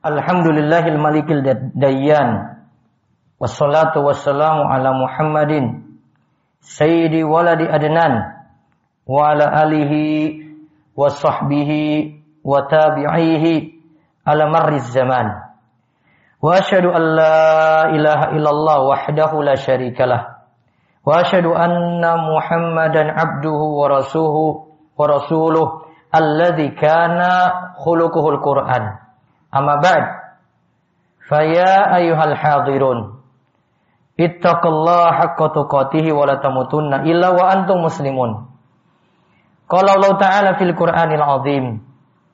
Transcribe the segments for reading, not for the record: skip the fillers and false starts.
Alhamdulillahil malikil dayyan. Wassalatu wassalamu ala Muhammadin sayyidi waladi adnan wa ala alihi wa sahbihi wa tabi'ihi ala marriz zaman. Wa asyhadu an la ilaha illallah wahdahu la syarikalah. Wa asyhadu anna Muhammadan abduhu wa rasuluhu alladzi kana khuluquhul Qur'an. Amma ba'd, faya ayyuhal hadirun, ittaqullaha haqqa tuqatih wa la tamutunna illa wa antum muslimun. Qala Allah Ta'ala fil Qur'anil azim,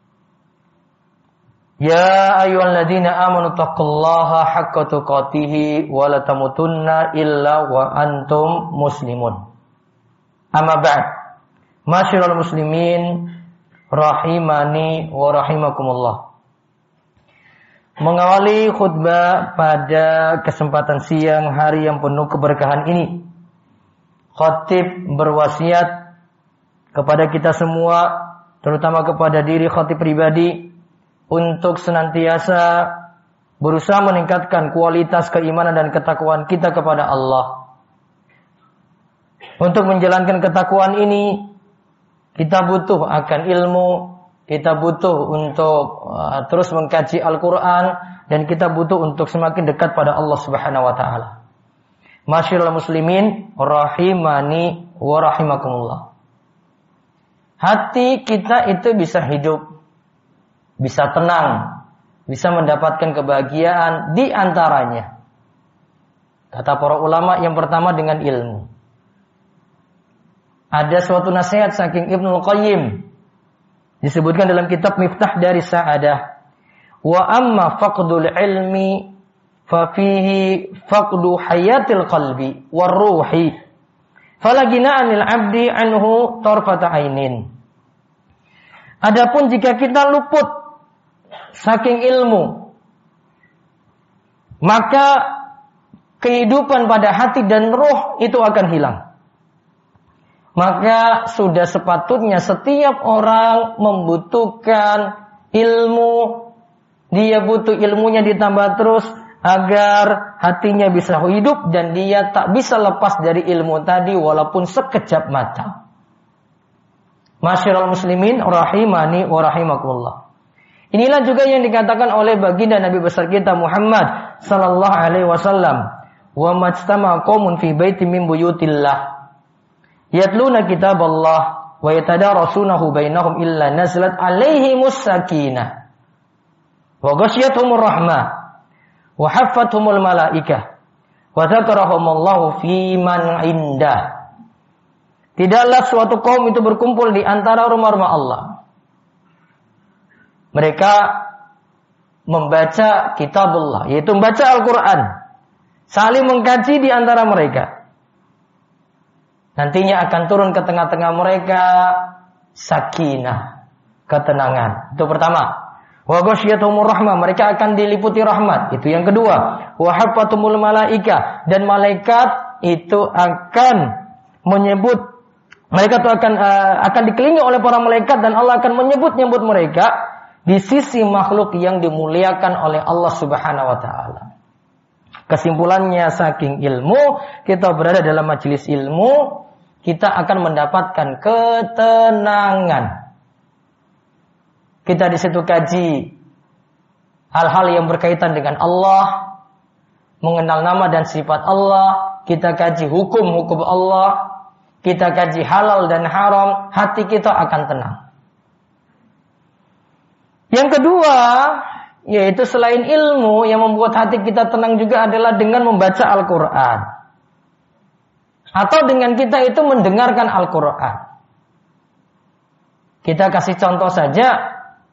ya ayyuhalladzina amanu taqullaha haqqa tuqatih wa la tamutunna illa wa antum muslimun. Amma ba'd, masyiral muslimin rahimani wa rahimakumullah. Mengawali khutbah pada kesempatan siang hari yang penuh keberkahan ini, khatib berwasiat kepada kita semua, terutama kepada diri khatib pribadi, untuk senantiasa berusaha meningkatkan kualitas keimanan dan ketakwaan kita kepada Allah. Untuk menjalankan ketakwaan ini, kita butuh akan ilmu, kita butuh untuk terus mengkaji Al-Quran, dan kita butuh untuk semakin dekat pada Allah Subhanahu wa Ta'ala. Masyiral muslimin rahimani wa rahimakumullah. Hati kita itu bisa hidup, bisa tenang, bisa mendapatkan kebahagiaan di antaranya, kata para ulama, yang pertama dengan ilmu. Ada suatu nasihat saking Ibnul Qayyim, disebutkan dalam kitab Miftah dari Sa'adah, wa amma faqdul ilmi fa fihi faqdu hayatil qalbi war ruhi fala gina'anil 'abdi anhu tarfata ainin. Adapun jika kita luput saking ilmu, maka kehidupan pada hati dan roh itu akan hilang. Maka sudah sepatutnya setiap orang membutuhkan ilmu. Dia butuh ilmunya ditambah terus agar hatinya bisa hidup dan dia tak bisa lepas dari ilmu tadi walaupun sekejap mata. Masyiral muslimin rahimani wa rahimakumullah. Inilah juga yang dikatakan oleh baginda Nabi besar kita Muhammad sallallahu alaihi wasallam, wa majtama qaumun fi baitin min buyutillah yatluna kitaballah wa yatadarasunahu bainahum illa nazalat alaihimus sakinah wa ghasyiyatuhumur rahmah wa haffathumul malaikah wa dzakarahumullahu fi man indah. Tidaklah suatu kaum itu berkumpul di antara rumah-rumah Allah. Mereka membaca kitabullah, yaitu membaca Al-Quran, saling mengkaji di antara mereka. Nantinya akan turun ke tengah-tengah mereka sakinah, ketenangan. Itu pertama. Wa ghasyiyatuhumur rahmah, mereka akan diliputi rahmat. Itu yang kedua. Wa haffathumul malaikah, dan malaikat itu akan menyebut, mereka itu akan dikelilingi oleh para malaikat, dan Allah akan menyebut-nyebut mereka di sisi makhluk yang dimuliakan oleh Allah Subhanahu wa Ta'ala. Kesimpulannya, saking ilmu, kita berada dalam majelis ilmu, kita akan mendapatkan ketenangan. Kita di situ kaji hal-hal yang berkaitan dengan Allah, mengenal nama dan sifat Allah, kita kaji hukum-hukum Allah, kita kaji halal dan haram, hati kita akan tenang. Yang kedua, yaitu selain ilmu yang membuat hati kita tenang juga adalah dengan membaca Al-Quran. Atau dengan kita itu mendengarkan Al-Quran. Kita kasih contoh saja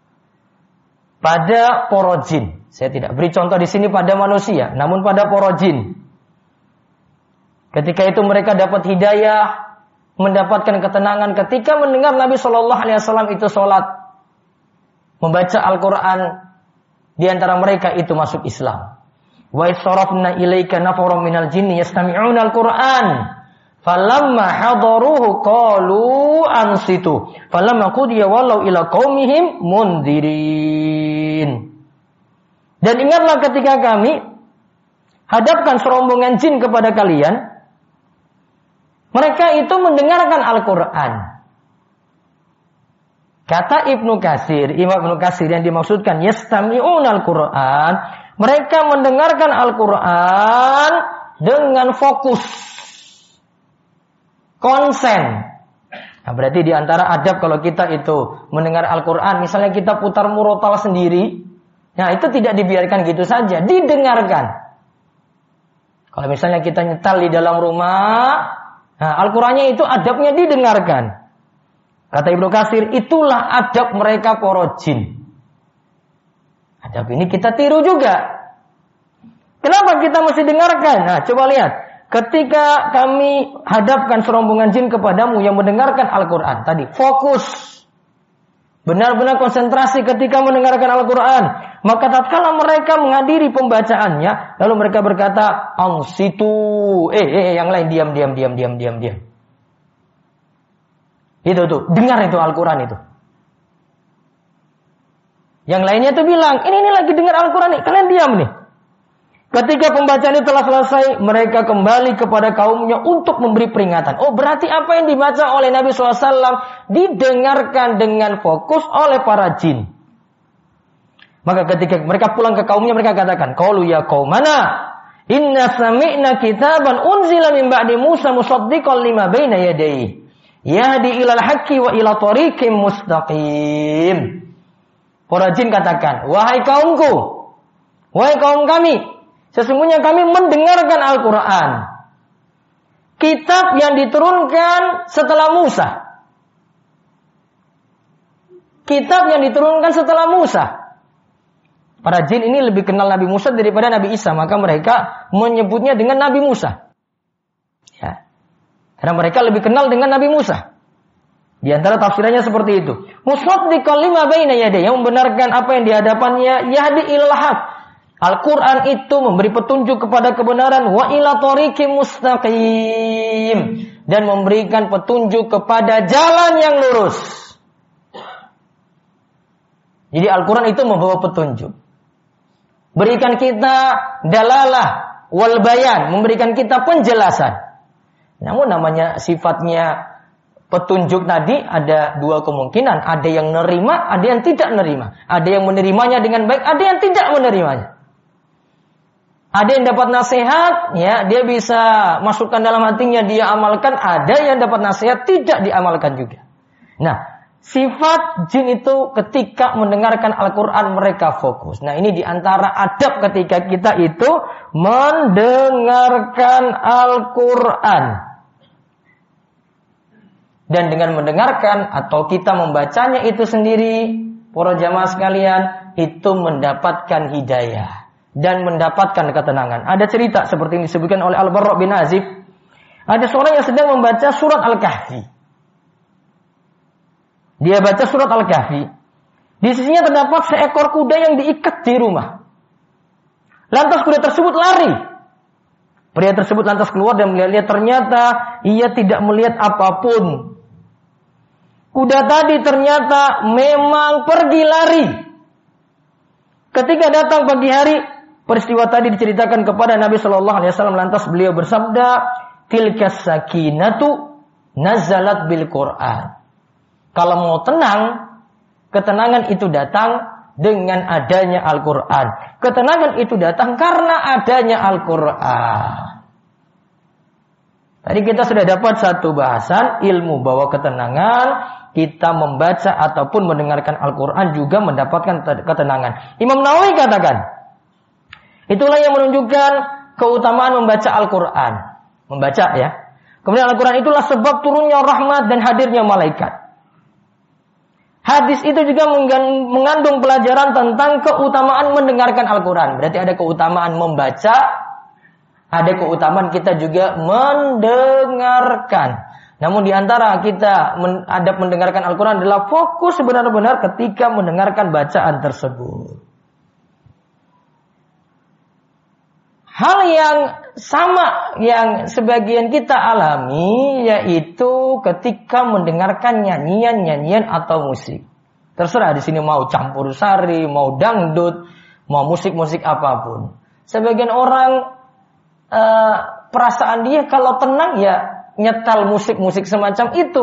pada para jin. Saya tidak beri contoh di sini pada manusia, namun pada para jin. Ketika itu mereka dapat hidayah, mendapatkan ketenangan ketika mendengar Nabi Shallallahu Alaihi Wasallam itu sholat, membaca Al-Quran. Di antara mereka itu masuk Islam. Wa isarafna ilaika nafarum minal jinni yastami'una al-Qur'an. Falamma hadaruhu qalu ansitu. Falamma qudiya wallaw ila qaumihim mundirin. Dan ingatlah ketika kami hadapkan serombongan jin kepada kalian, mereka itu mendengarkan Al-Quran. Kata Ibnu Katsir, Imam Ibnu Katsir yang dimaksudkan yastami'un Al-Quran, mereka mendengarkan Al-Quran dengan fokus, konsen. Nah, berarti di antara adab kalau kita itu mendengar Al-Quran, misalnya kita putar murotal sendiri, nah itu tidak dibiarkan gitu saja, didengarkan. Kalau misalnya kita nyetel di dalam rumah, nah Al-Qurannya itu adabnya didengarkan. Kata Ibnu Katsir, itulah adab mereka para jin. Adab ini kita tiru juga. Kenapa kita mesti dengarkan? Nah coba lihat. Ketika kami hadapkan serombongan jin kepadamu yang mendengarkan Al-Quran. Tadi fokus. Benar-benar konsentrasi ketika mendengarkan Al-Quran. Maka tatkala mereka menghadiri pembacaannya. Lalu mereka berkata, ansitu. Yang lain diam. Itu tuh, dengar itu Al-Quran itu. Yang lainnya tuh bilang, ini lagi dengar Al-Quran nih, kalian diam nih. Ketika pembacaan itu telah selesai, mereka kembali kepada kaumnya untuk memberi peringatan. Oh, berarti apa yang dibaca oleh Nabi SAW didengarkan dengan fokus oleh para jin. Maka ketika mereka pulang ke kaumnya, mereka katakan, qalu ya qaumana, inna sami'na kitaban unzila min ba'di Musa musaddiqan lima baina yadayhi yahdi ilal haqqi wa ila tariqim mustaqim. Para jin katakan, wahai kaumku, wahai kaum kami, sesungguhnya kami mendengarkan Al-Quran, kitab yang diturunkan setelah Musa. Kitab yang diturunkan setelah Musa. Para jin ini lebih kenal Nabi Musa daripada Nabi Isa, maka mereka menyebutnya dengan Nabi Musa. Ya. Karena mereka lebih kenal dengan Nabi Musa. Di antara tafsirannya seperti itu. Musaddiqan lima baina yadayhi, yang membenarkan apa yang di hadapannya, yahdi ilal haq. Al-Quran itu memberi petunjuk kepada kebenaran, wa ila tariqim mustaqim, dan memberikan petunjuk kepada jalan yang lurus. Jadi Al-Quran itu membawa petunjuk. Berikan kita dalalah wal bayan, memberikan kita penjelasan. Namun namanya sifatnya petunjuk tadi ada dua kemungkinan. Ada yang nerima, ada yang tidak nerima. Ada yang menerimanya dengan baik, ada yang tidak menerimanya. Ada yang dapat nasihat, ya dia bisa masukkan dalam hatinya, dia amalkan. Ada yang dapat nasihat, tidak diamalkan juga. Nah, sifat jin itu ketika mendengarkan Al-Quran mereka fokus. Nah, ini diantara adab ketika kita itu mendengarkan Al-Quran. Dan dengan mendengarkan atau kita membacanya itu sendiri, para jamaah sekalian, itu mendapatkan hidayah dan mendapatkan ketenangan. Ada cerita seperti ini disebutkan oleh Al-Barra bin Azib. Ada seorang yang sedang membaca surat Al-Kahfi. Dia baca surat Al-Kahfi. Di sisinya terdapat seekor kuda yang diikat di rumah. Lantas kuda tersebut lari. Pria tersebut lantas keluar dan melihat-lihat, ternyata ia tidak melihat apapun. Kuda tadi ternyata memang pergi lari. Ketika datang pagi hari, peristiwa tadi diceritakan kepada Nabi Shallallahu Alaihi Wasallam. Lantas beliau bersabda, "Tilkas sakinatu nazalat bil Quran." Kalau mau tenang, ketenangan itu datang dengan adanya Al-Quran. Ketenangan itu datang karena adanya Al-Quran. Tadi kita sudah dapat satu bahasan ilmu bahwa ketenangan, kita membaca ataupun mendengarkan Al-Quran juga mendapatkan ketenangan. Imam Nawawi katakan, itulah yang menunjukkan keutamaan membaca Al-Quran. Membaca ya. Kemudian Al-Quran itulah sebab turunnya rahmat dan hadirnya malaikat. Hadis itu juga mengandung pelajaran tentang keutamaan mendengarkan Al-Quran. Berarti ada keutamaan membaca, ada keutamaan kita juga mendengarkan. Namun di antara kita adab mendengarkan Al-Quran adalah fokus benar-benar ketika mendengarkan bacaan tersebut. Hal yang sama yang sebagian kita alami yaitu ketika mendengarkan nyanyian atau musik. Terserah di sini mau campur sari, mau dangdut, mau musik-musik apapun. Sebagian orang perasaan dia kalau tenang ya nyetel musik-musik semacam itu.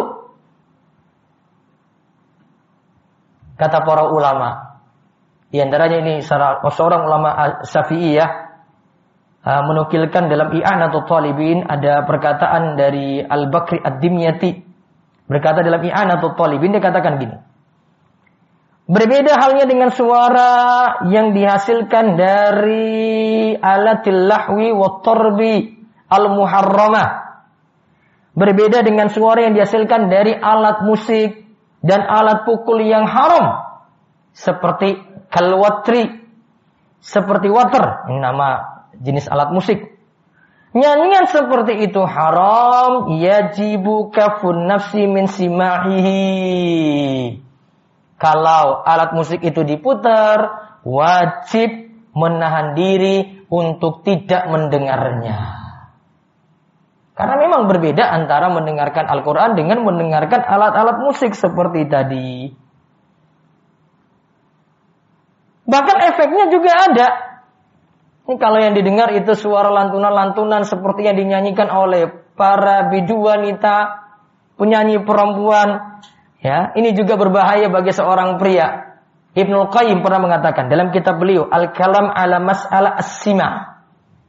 Kata para ulama, di antaranya ini seorang ulama Syafi'iyah menukilkan dalam I'anatul Talibin, ada perkataan dari Al-Bakri Ad-Dimyati, berkata dalam I'anatul Talibin, dia katakan gini, berbeda halnya dengan suara yang dihasilkan dari alatil lahwi wa tarbi al-muharramah. Berbeda dengan suara yang dihasilkan dari alat musik dan alat pukul yang haram, seperti kalwatri, seperti water, ini nama jenis alat musik. Nyanyian seperti itu haram, yajibu kafun nafsi min simahihi. Kalau alat musik itu diputar, wajib menahan diri untuk tidak mendengarnya. Karena memang berbeda antara mendengarkan Al-Quran dengan mendengarkan alat-alat musik seperti tadi. Bahkan efeknya juga ada. Ini kalau yang didengar itu suara lantunan-lantunan seperti yang dinyanyikan oleh para bidu wanita, penyanyi perempuan. Ya, ini juga berbahaya bagi seorang pria. Ibnul Qayyim pernah mengatakan dalam kitab beliau Al-Kalam ala Mas'ala As-Sima.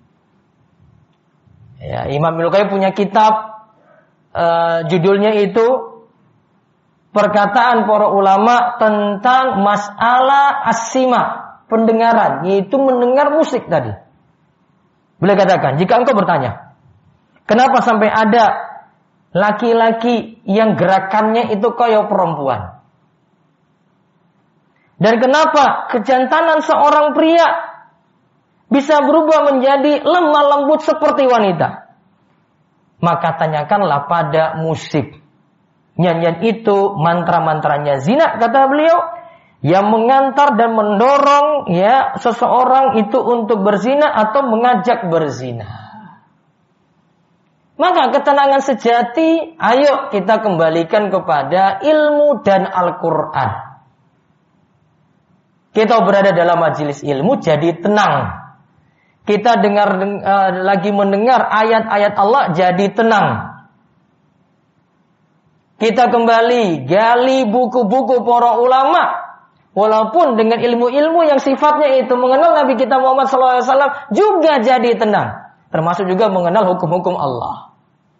Ya, Imam Ibnul Qayyim punya kitab judulnya itu perkataan para ulama tentang masalah as-sima, pendengaran, yaitu mendengar musik tadi. Beliau katakan, jika engkau bertanya, kenapa sampai ada laki-laki yang gerakannya itu kayak perempuan? Dan kenapa kejantanan seorang pria bisa berubah menjadi lemah lembut seperti wanita? Maka tanyakanlah pada musik. Nyanyian itu mantra-mantranya zina, kata beliau, yang mengantar dan mendorong ya seseorang itu untuk berzina atau mengajak berzina. Maka ketenangan sejati, ayo kita kembalikan kepada ilmu dan Al-Quran. Kita berada dalam majelis ilmu, jadi tenang. Kita lagi mendengar ayat-ayat Allah, jadi tenang. Kita kembali gali buku-buku para ulama, walaupun dengan ilmu-ilmu yang sifatnya itu mengenal Nabi kita Muhammad SAW juga jadi tenang, termasuk juga mengenal hukum-hukum Allah.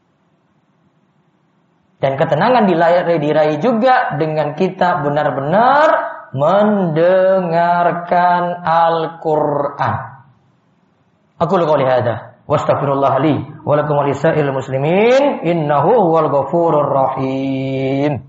Dan ketenangan diraih juga dengan kita benar-benar mendengarkan Al-Quran. Aku qouli hadza wastaghfirullah li wa lakum wa lisa'il muslimin innahu huwal ghafurur rahim.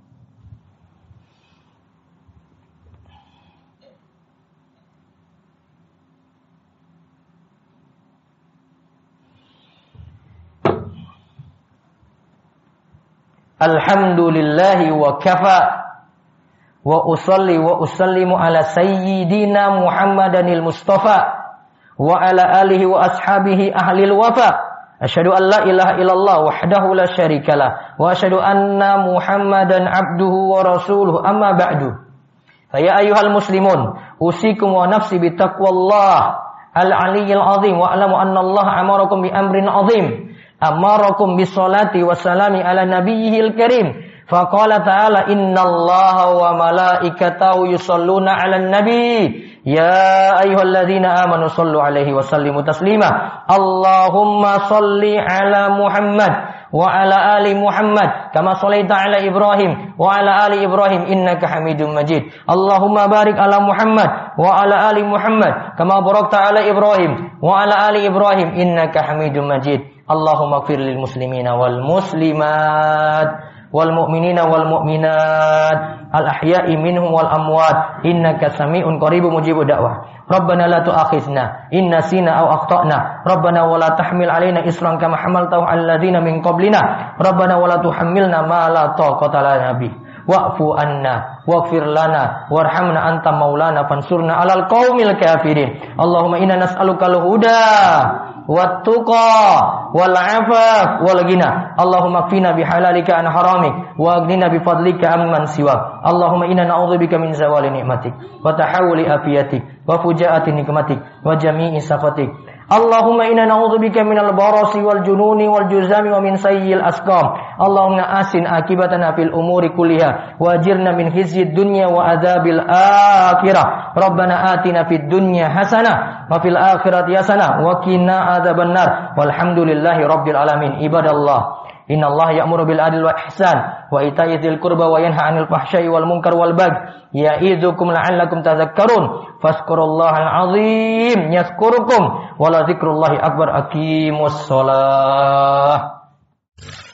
Alhamdulillahi wa kafa wa usalli wa usallimu ala sayyidina Muhammadanil Mustafa wa ala alihi wa ashabihi ahlil wafa. Asyhadu an la ilaha illallah wahdahu la syarikalah wa asyhadu anna Muhammadan abduhu wa rasuluhu, amma ba'du. Fa ya ayyuhal muslimun, usikum wa nafsi bi taqwallah al-aliyyil azim wa alamu anna Allah amarakum bi amrin azim. Amarakum bis salati wassalami ala nabiyyil karim. Faqala ta'ala innallaha wa malaikatahu yusalluna 'alan nabi ya ayyuhalladzina amanu sallu 'alaihi wa sallimu taslima. Allahumma salli 'ala Muhammad wa 'ala ali Muhammad kama shallaita 'ala Ibrahim wa 'ala ali Ibrahim innaka Hamidum Majid. Allahumma barik 'ala Muhammad wa 'ala ali Muhammad kama barakta 'ala Ibrahim wa 'ala ali Ibrahim innaka Hamidum Majid. Allahumma ighfir lil muslimina wal muslimat wal mu'minina wal mu'minat al ahya'i minhum wal amwat innaka sami'un qaribun mujibud da'wah. Rabbana la tu'akhizna in nasina aw akhtana. Rabbana wa la tahmil 'alaina isran kama hamaltahu 'alal ladzina min qablina. Rabbana wa la tuhammilna ma la taqata lana bih. Wa'fu anna waghfir lana warhamna anta maulana fansurna 'alal qaumil kafirin. Allahumma inna nas'aluka al-huda wat tuqa wal 'afaf wal ghina. Allahumma kfina bihalalika an haramik wa aghnina bifadlika amman siwak. Allahumma inna na'udzubika min zawali ni'matik wa tahawuli afiyatik wa fujaati nikmatik wa jami'i sakhatik. Allahumma inna na'udzubika minal barasi wal jununi wal juzami wa min sayyi'il asqam. Allahumma asin akibatana fil umuri kulliha wa ajirna min khizyid dunya wa adzabil akhirah. Rabbana atina fid dunya hasanah wa fil akhirati hasanah wa qina adzabannar. Walhamdulillahi rabbil alamin. Ibadallah, innallaha ya'muru bil adli wal ihsan wa ita'i dzil qurba wa yanha 'anil fahsya'i wal munkar wal baghi ya'idzukum la'allakum tadhakkarun. Fazkurullahal 'azim yazkurukum wa la dzikrullahi akbar. Aqimus shalah.